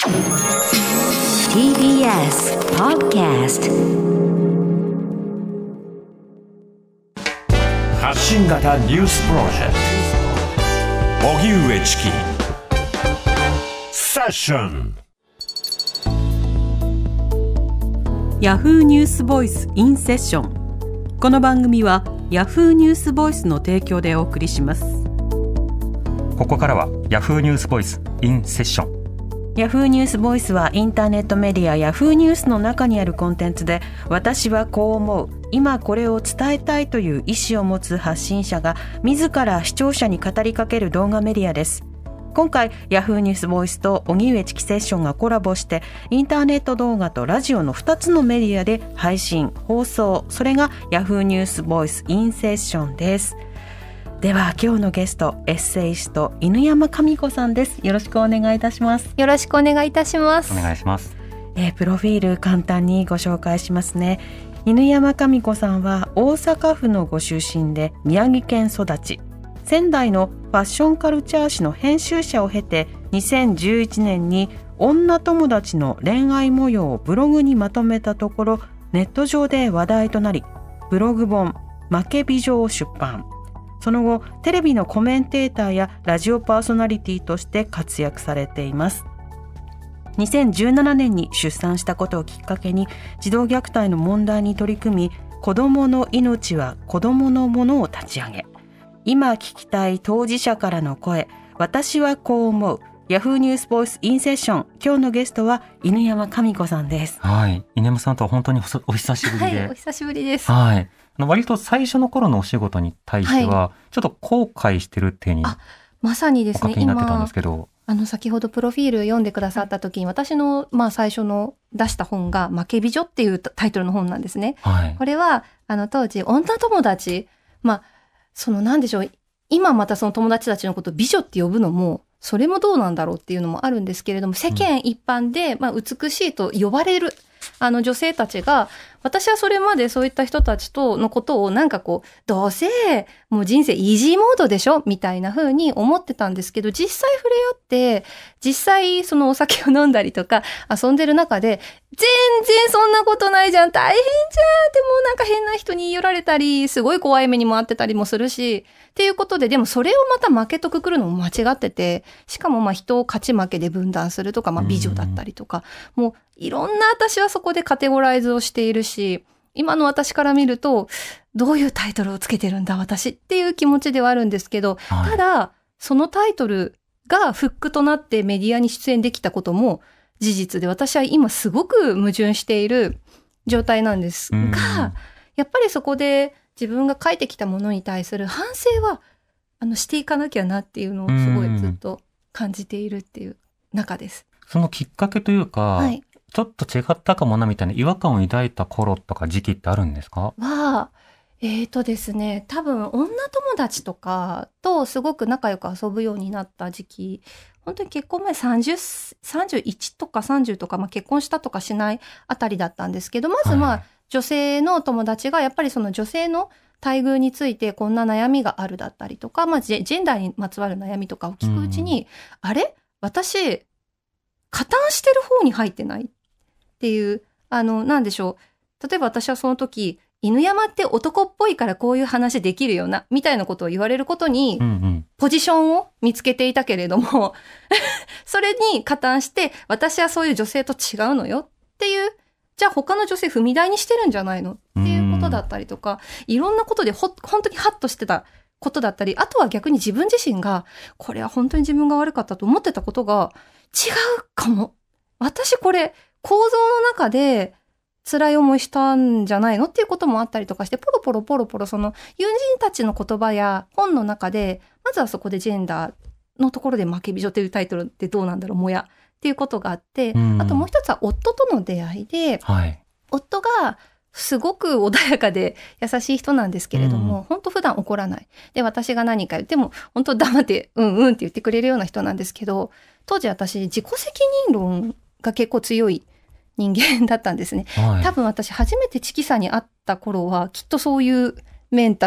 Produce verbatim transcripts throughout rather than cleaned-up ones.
ティービーエス Podcast 発信型ニュースプロジェクト荻上チキセッション。 ヤフーニュースボイスインセッション。この番組はヤフーニュースボイスの提供でお送りします。 ここからはヤフーニュースボイスインセッション。 ヤフーニュースボイスはインターネットメディアヤフーニュースの中にあるコンテンツで、私はこう思う、今これを伝えたいという意思を持つ発信者が自ら視聴者に語りかける動画メディアです。今回ヤフーニュースボイスと荻上チキセッションがコラボして、インターネット動画とラジオのふたつのメディアで配信放送、それがヤフーニュースボイスインセッションです。では今日のゲスト、エッセイスト犬山紙子さんです。よろしくお願いいたします。 よろしくお願いいたします。 お願いします。 えー、プロフィール簡単にご紹介しますね。犬山紙子さんは大阪府のご出身で、宮城県育ち、仙台のファッションカルチャー誌の編集者を経て、にせんじゅういちねんに女友達の恋愛模様をブログにまとめたところ、ネット上で話題となり、ブログ本負け美女を出版。その後、テレビのコメンテーターやラジオパーソナリティとして活躍されています。にせんじゅうななねんに出産したことをきっかけに、児童虐待の問題に取り組み、子どもの命は子どものものを立ち上げ、今聞きたい当事者からの声、私はこう思う、ヤフーニュースボイスインセッション。今日のゲストは犬山紙子さんです。 はい、犬山さんとは本当に お, お久しぶりで、 はい、お久しぶりです。 はい、あの割と最初の頃のお仕事に対しては、はい、ちょっと後悔してるっていうふうに、 あ、まさにですね、 お書きになってたんですけど、 あの先ほどプロフィール読んでくださった時に、私のまあ最初の出した本が負け美女っていうタイトルの本なんですね。はい、これはあの当時女友達、まあそのなんでしょう、今またその友達たちのことを美女って呼ぶのもそれもどうなんだろうっていうのもあるんですけれども、世間一般でまあ美しいと呼ばれるあの女性たちが、私はそれまでそういった人たちとのことをなんかこう、どうせもう人生イージーモードでしょみたいな風に思ってたんですけど、実際触れ合って実際そのお酒を飲んだりとか遊んでる中で、全然そんなことないじゃん、大変じゃん、でもなんか変な人に言い寄られたり、すごい怖い目にもあってたりもするしっていうことで、でもそれをまた負けとくくるのも間違ってて、しかもまあ人を勝ち負けで分断するとか、まあ美女だったりとか、もういろんな私はそこでカテゴライズをしているし、今の私から見るとどういうタイトルをつけてるんだ私っていう気持ちではあるんですけど、はい、ただそのタイトルがフックとなってメディアに出演できたことも事実で、私は今すごく矛盾している状態なんですが、やっぱりそこで自分が書いてきたものに対する反省はあのしていかなきゃなっていうのをすごいずっと感じているっていう中です。 そのきっかけというか、はい、ちょっと違ったかもなみたいな違和感を抱いた頃とか時期ってあるんですか？ は、えーとですね、多分女友達とかとすごく仲良く遊ぶようになった時期、本当に結婚前さんじゅう、さんじゅういちとかさんじゅうとか、まあ、結婚したとかしないあたりだったんですけど、まずまあ、はい、女性の友達がやっぱりその女性の待遇についてこんな悩みがあるだったりとか、まあ、ジェンダーにまつわる悩みとかを聞くうちに、うん、あれ私加担してる方に入ってないっていう、あの、なんでしょう。例えば私はその時、犬山って男っぽいからこういう話できるよな、みたいなことを言われることに、ポジションを見つけていたけれども、それに加担して、私はそういう女性と違うのよっていう、じゃあ他の女性踏み台にしてるんじゃないのっていうことだったりとか、いろんなことでほ、本当にハッとしてたことだったり、あとは逆に自分自身が、これは本当に自分が悪かったと思ってたことが、違うかも。私これ構造の中で辛い思いしたんじゃないのっていうこともあったりとかして、ポロポロポロポロその友人たちの言葉や本の中で、まずはそこでジェンダーのところで負け美女というタイトルってどうなんだろう、もやっていうことがあって、あともう一つは夫との出会いで、はい、夫がすごく穏やかで優しい人なんですけれども、うん、本当普段怒らない。で、私が何か言っても本当黙ってうんうんって言ってくれるような人なんですけど、当時私自己責任論が結構強い人間だったんですね。はい、多分私初めてチキさんに会った頃はきっとそういうメンタルの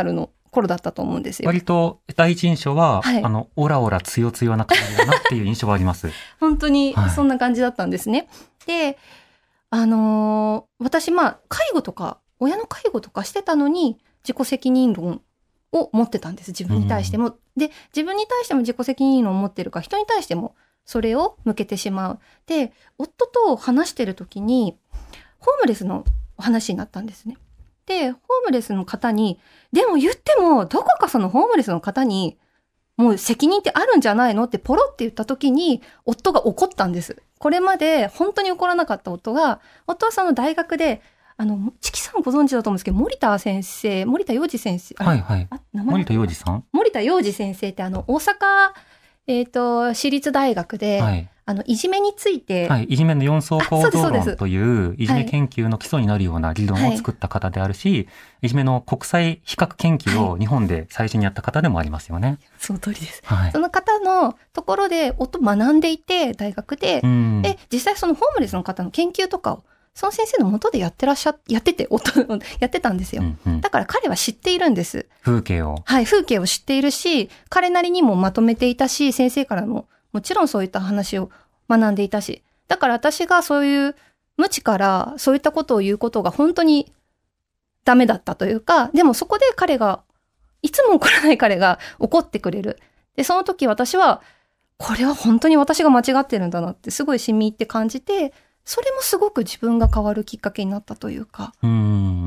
頃だったと思うんですよ。 割と第一印象は、 はい、あのオラオラつよつよな感じだなっていう印象はあります本当にそんな感じだったんですね、はい、であのー、私まあ介護とか親の介護とかしてたのに自己責任論を持ってたんです、自分に対しても、うん、で自分に対しても自己責任論を持ってるから人に対してもそれを向けてしまう。で夫と話してる時にホームレスのお話になったんですね。でホームレスの方にでも言ってもどこかそのホームレスの方にもう責任ってあるんじゃないのってポロって言った時に夫が怒ったんです。これまで本当に怒らなかった夫が、夫はその大学であのチキさんご存知だと思うんですけど、森田先生森田洋二先生、 はいはい、あ名前森田洋二さん森田洋二先生ってあの大阪、えー、と私立大学で、はい、あのいじめについて、 はい、いじめのよん層構造論といういじめ研究の基礎になるような理論を作った方であるし、はい、いじめの国際比較研究を日本で最初にやった方でもありますよね、はい、 その通りです、はい、その方のところで夫学んでいて大学で、うん、で実際そのホームレスの方の研究とかをその先生の元でやってらっしゃやってて夫やってたんですよ、うんうん、だから彼は知っているんです。 風景をはい風景を知っているし、彼なりにもまとめていたし、先生からももちろんそういった話を学んでいたし、だから私がそういう無知からそういったことを言うことが本当にダメだったというか、でもそこで彼がいつも怒らない彼が怒ってくれる。でその時私はこれは本当に私が間違ってるんだなってすごいしみ入って感じて、それもすごく自分が変わるきっかけになったというか、うん、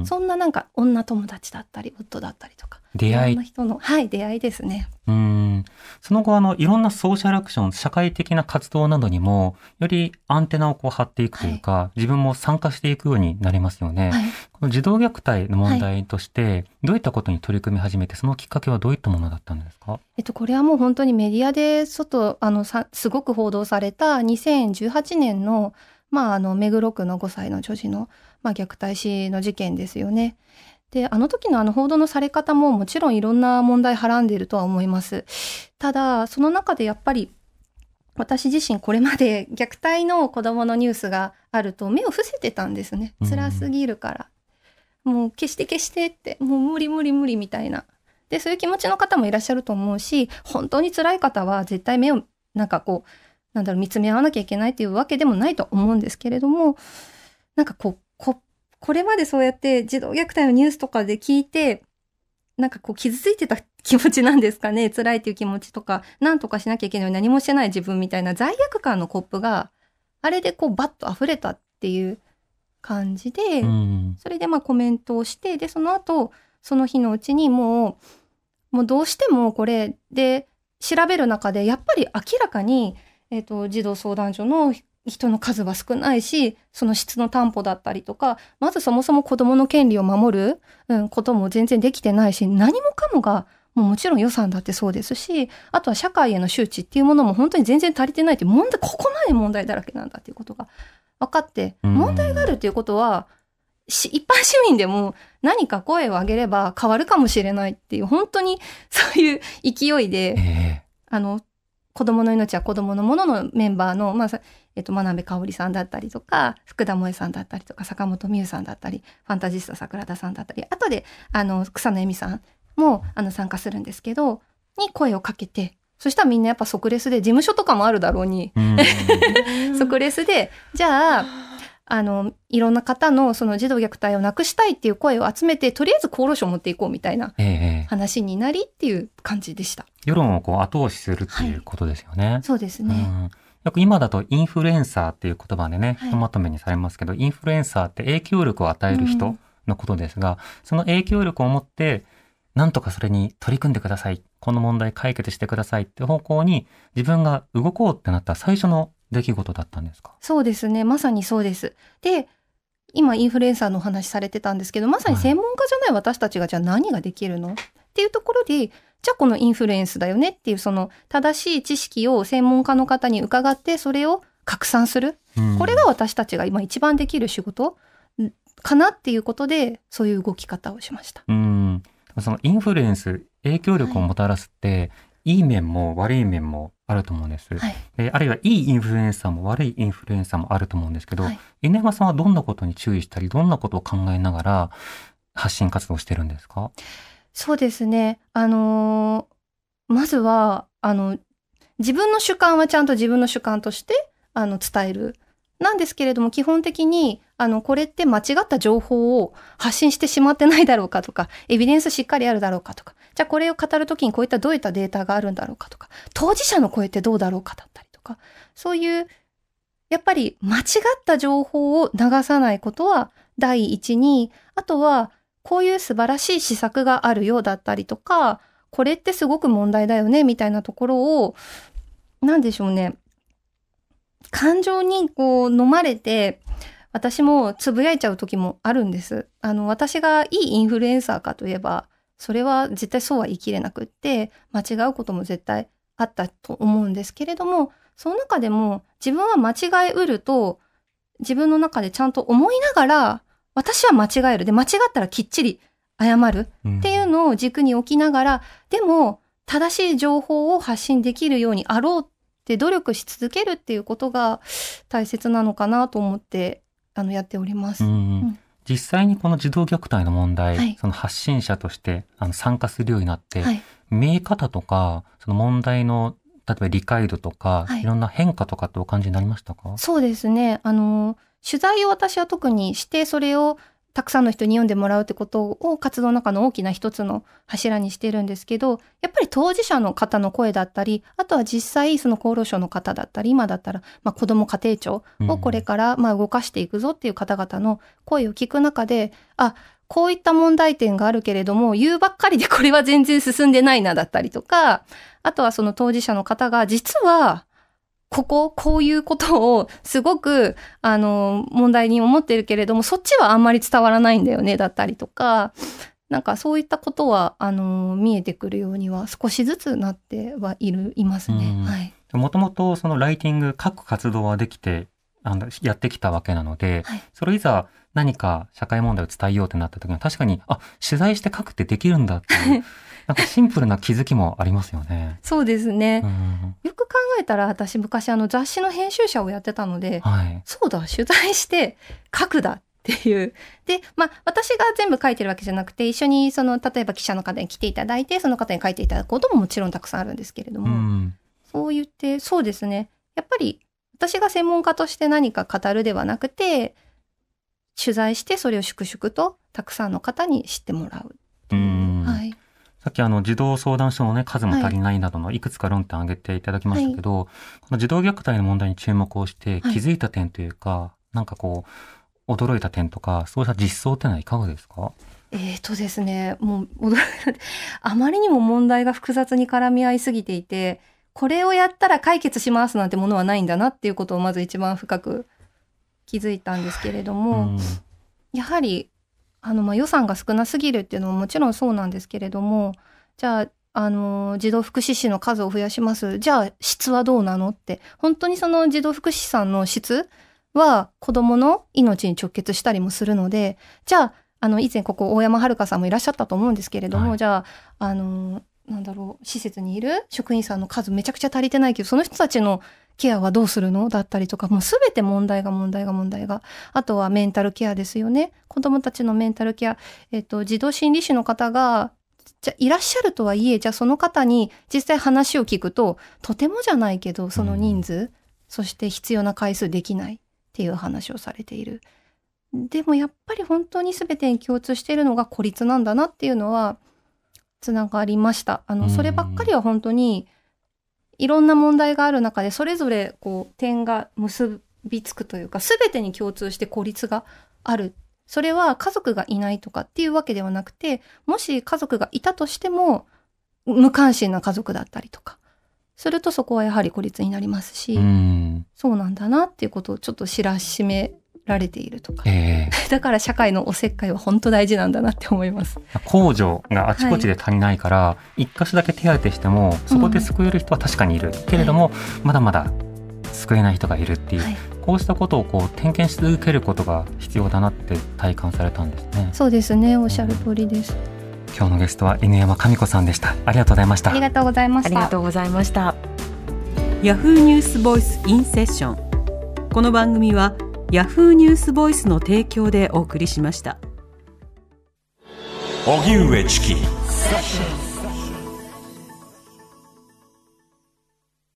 そんななんか女友達だったり夫だったりとか出会い、 いろんな人の、はい、出会いですね。 うん、その後あのいろんなソーシャルアクション、社会的な活動などにもよりアンテナをこう張っていくというか、はい、自分も参加していくようになりますよね、はい、この児童虐待の問題としてどういったことに取り組み始めて、そのきっかけはどういったものだったんですか？ えっと、これはもう本当にメディアで外あのさすごく報道されたにせんじゅうはちねんのまあ、あの目黒区のごさいの女児の、まあ、虐待死の事件ですよね。であの時のあの報道のされ方ももちろんいろんな問題はらんでいるとは思います。ただその中でやっぱり私自身これまで虐待の子どものニュースがあると目を伏せてたんですね。辛すぎるから、うん、もう消して消してってもう無理無理無理みたいな。でそういう気持ちの方もいらっしゃると思うし、本当に辛い方は絶対目をなんかこうなんだろう見つめ合わなきゃいけないというわけでもないと思うんですけれども、なんかこう こ, これまでそうやって児童虐待のニュースとかで聞いてなんかこう傷ついてた気持ちなんですかね、辛いという気持ちとかなんとかしなきゃいけない何もしてない自分みたいな罪悪感のコップがあれでこうバッと溢れたっていう感じで、うん、それでまあコメントをして、でその後その日のうちにもうもうどうしてもこれで調べる中でやっぱり明らかにえーと、児童相談所の人の数は少ないし、その質の担保だったりとか、まずそもそも子どもの権利を守る、うん、ことも全然できてないし、何もかもがもうもちろん予算だってそうですし、あとは社会への周知っていうものも本当に全然足りてないって問題、ここまで問題だらけなんだっていうことが分かって、問題があるっていうことは一般市民でも何か声を上げれば変わるかもしれないっていう、本当にそういう勢いで、えー、あの子供の命は子供のもののメンバーの、まあえっと、真鍋かおりさんだったりとか福田萌さんだったりとか坂本美優さんだったりファンタジスタ桜田さんだったり、あとであの草野恵美さんもあの参加するんですけどに声をかけて、そしたらみんなやっぱ即レスで、事務所とかもあるだろうに即レスで、じゃああのいろんな方のその児童虐待をなくしたいっていう声を集めて、とりあえず厚労省を持っていこうみたいな話になりっていう感じでした。 ええ、世論をこう後押しするっていうことですよね。 はい、そうですね。うん、 よく今だとインフルエンサーっていう言葉でね、ひとまとめにされますけど、インフルエンサーって影響力を与える人のことですが、うん、その影響力を持ってなんとかそれに取り組んでください、この問題解決してくださいって方向に自分が動こうってなった最初の出来事だったんですか？ そうですね、まさにそうです。で今インフルエンサーのお話されてたんですけど、まさに専門家じゃない私たちがじゃあ何ができるのっていうところで、じゃあこのインフルエンスだよねっていうその正しい知識を専門家の方に伺ってそれを拡散する、うん、これが私たちが今一番できる仕事かなっていうことで、そういう動き方をしました。 うん、そのインフルエンス、影響力をもたらすって、はい、いい面も悪い面もあると思うんです、はい、であるいはいいインフルエンサーも悪いインフルエンサーもあると思うんですけど、はい、犬山さんはどんなことに注意したりどんなことを考えながら発信活動してるんですか？ そうですね。あのー、まずは、あの、自分の主観はちゃんと自分の主観として、あの、伝える。なんですけれども、基本的に、あの、これって間違った情報を発信してしまってないだろうかとか、エビデンスしっかりあるだろうかとか、じゃあこれを語るときにこういったどういったデータがあるんだろうかとか、当事者の声ってどうだろうかだったりとか、そういう、やっぱり間違った情報を流さないことは第一に、あとは、こういう素晴らしい施策があるようだったりとか、これってすごく問題だよね、みたいなところを、なんでしょうね。感情にこう飲まれて、私もつぶやいちゃう時もあるんです。あの、私がいいインフルエンサーかといえば、それは絶対そうは言い切れなくって、間違うことも絶対あったと思うんですけれども、その中でも自分は間違えうると、自分の中でちゃんと思いながら、私は間違える。で、間違ったらきっちり謝るっていうのを軸に置きながら、うん、でも、正しい情報を発信できるようにあろうって努力し続けるっていうことが大切なのかなと思って、あの、やっております。 うんうんうん実際にこの児童虐待の問題、 はい、 その発信者としてあの参加するようになって、 はい、 見え方とか、その問題の例えば理解度とか、 はい、 いろんな変化とかってお感じになりましたか？ そうですね。あの、取材を私は特にして、それをたくさんの人に読んでもらうってことを活動の中の大きな一つの柱にしてるんですけど、やっぱり当事者の方の声だったり、あとは実際その厚労省の方だったり、今だったら、まあ、子ども家庭庁をこれからまあ動かしていくぞっていう方々の声を聞く中で、あ、こういった問題点があるけれども、言うばっかりでこれは全然進んでないなだったりとか、あとはその当事者の方が実は、ここ、こういうことをすごく、あの、問題に思ってるけれども、そっちはあんまり伝わらないんだよね、だったりとか、なんかそういったことは、あの、見えてくるようには少しずつなってはいる、いますね。はい。 もともとそのライティング、書く活動はできて、あの、やってきたわけなので、はい、それいざ何か社会問題を伝えようってなった時には確かに、あ、取材して書くってできるんだっていう、なんかシンプルな気づきもありますよね。 そうですね。 うん、 よく考えたら私昔あの雑誌の編集者をやってたので、 はい、 そうだ、取材して書くだっていう。で、まあ私が全部書いてるわけじゃなくて、一緒にその、例えば記者の方に来ていただいて、その方に書いていただくことももちろんたくさんあるんですけれども、 うん、 そう言って、そうですね。やっぱり私が専門家として何か語るではなくて、取材してそれを粛々とたくさんの方に知ってもらう。 うん、 はい。 さっきあの児童相談所のね数も足りないなどのいくつか論点を挙げていただきましたけど、はい、この児童虐待の問題に注目をして気づいた点というか、はい、なんかこう驚いた点とかそうした実相ってのはいかがですか？ えーとですね、もう驚いたあまりにも問題が複雑に絡み合いすぎていて、これをやったら解決しますなんてものはないんだなっていうことをまず一番深く気づいたんですけれども、うん、やはりあのまあ予算が少なすぎるっていうのももちろんそうなんですけれども、じゃあ、あの児童福祉士の数を増やします。じゃあ質はどうなのって、本当にその児童福祉士さんの質は子供の命に直結したりもするので、じゃあ、あの以前ここ大山遥さんもいらっしゃったと思うんですけれども、はい、じゃあ、あのなんだろう、施設にいる職員さんの数めちゃくちゃ足りてないけど、その人たちのケアはどうするのだったりとか、もうすべて問題が問題が問題が。あとはメンタルケアですよね。子供たちのメンタルケア。えっと、児童心理士の方が、じゃいらっしゃるとはいえ、じゃあその方に実際話を聞くと、とてもじゃないけど、その人数、うん、そして必要な回数できないっていう話をされている。でもやっぱり本当にすべてに共通しているのが孤立なんだなっていうのは、つながりました。あの、そればっかりは本当に、いろんな問題がある中でそれぞれこう点が結びつくというか、すべてに共通して孤立がある。それは家族がいないとかっていうわけではなくて、もし家族がいたとしても無関心な家族だったりとかすると、そこはやはり孤立になりますし、うん、そうなんだなっていうことをちょっと知らしめられているとか、えー、だから社会のおせっかいは本当大事なんだなって思います。 公助があちこちで足りないから、はい、一箇所だけ手当てしてもそこで救える人は確かにいる、うん、けれども、はい、まだまだ救えない人がいるっていう、はい、こうしたことをこう点検し続けることが必要だなって体感されたんですね。 そうですね、おっしゃる通りです。 うん、今日のゲストは犬山紙子さんでした。ありがとうございました。 ありがとうございました。 ありがとうございました。ヤフーニュースボイスインセッション。この番組はヤフーニュースボイスの提供でお送りしました。 荻上チキ Sessions.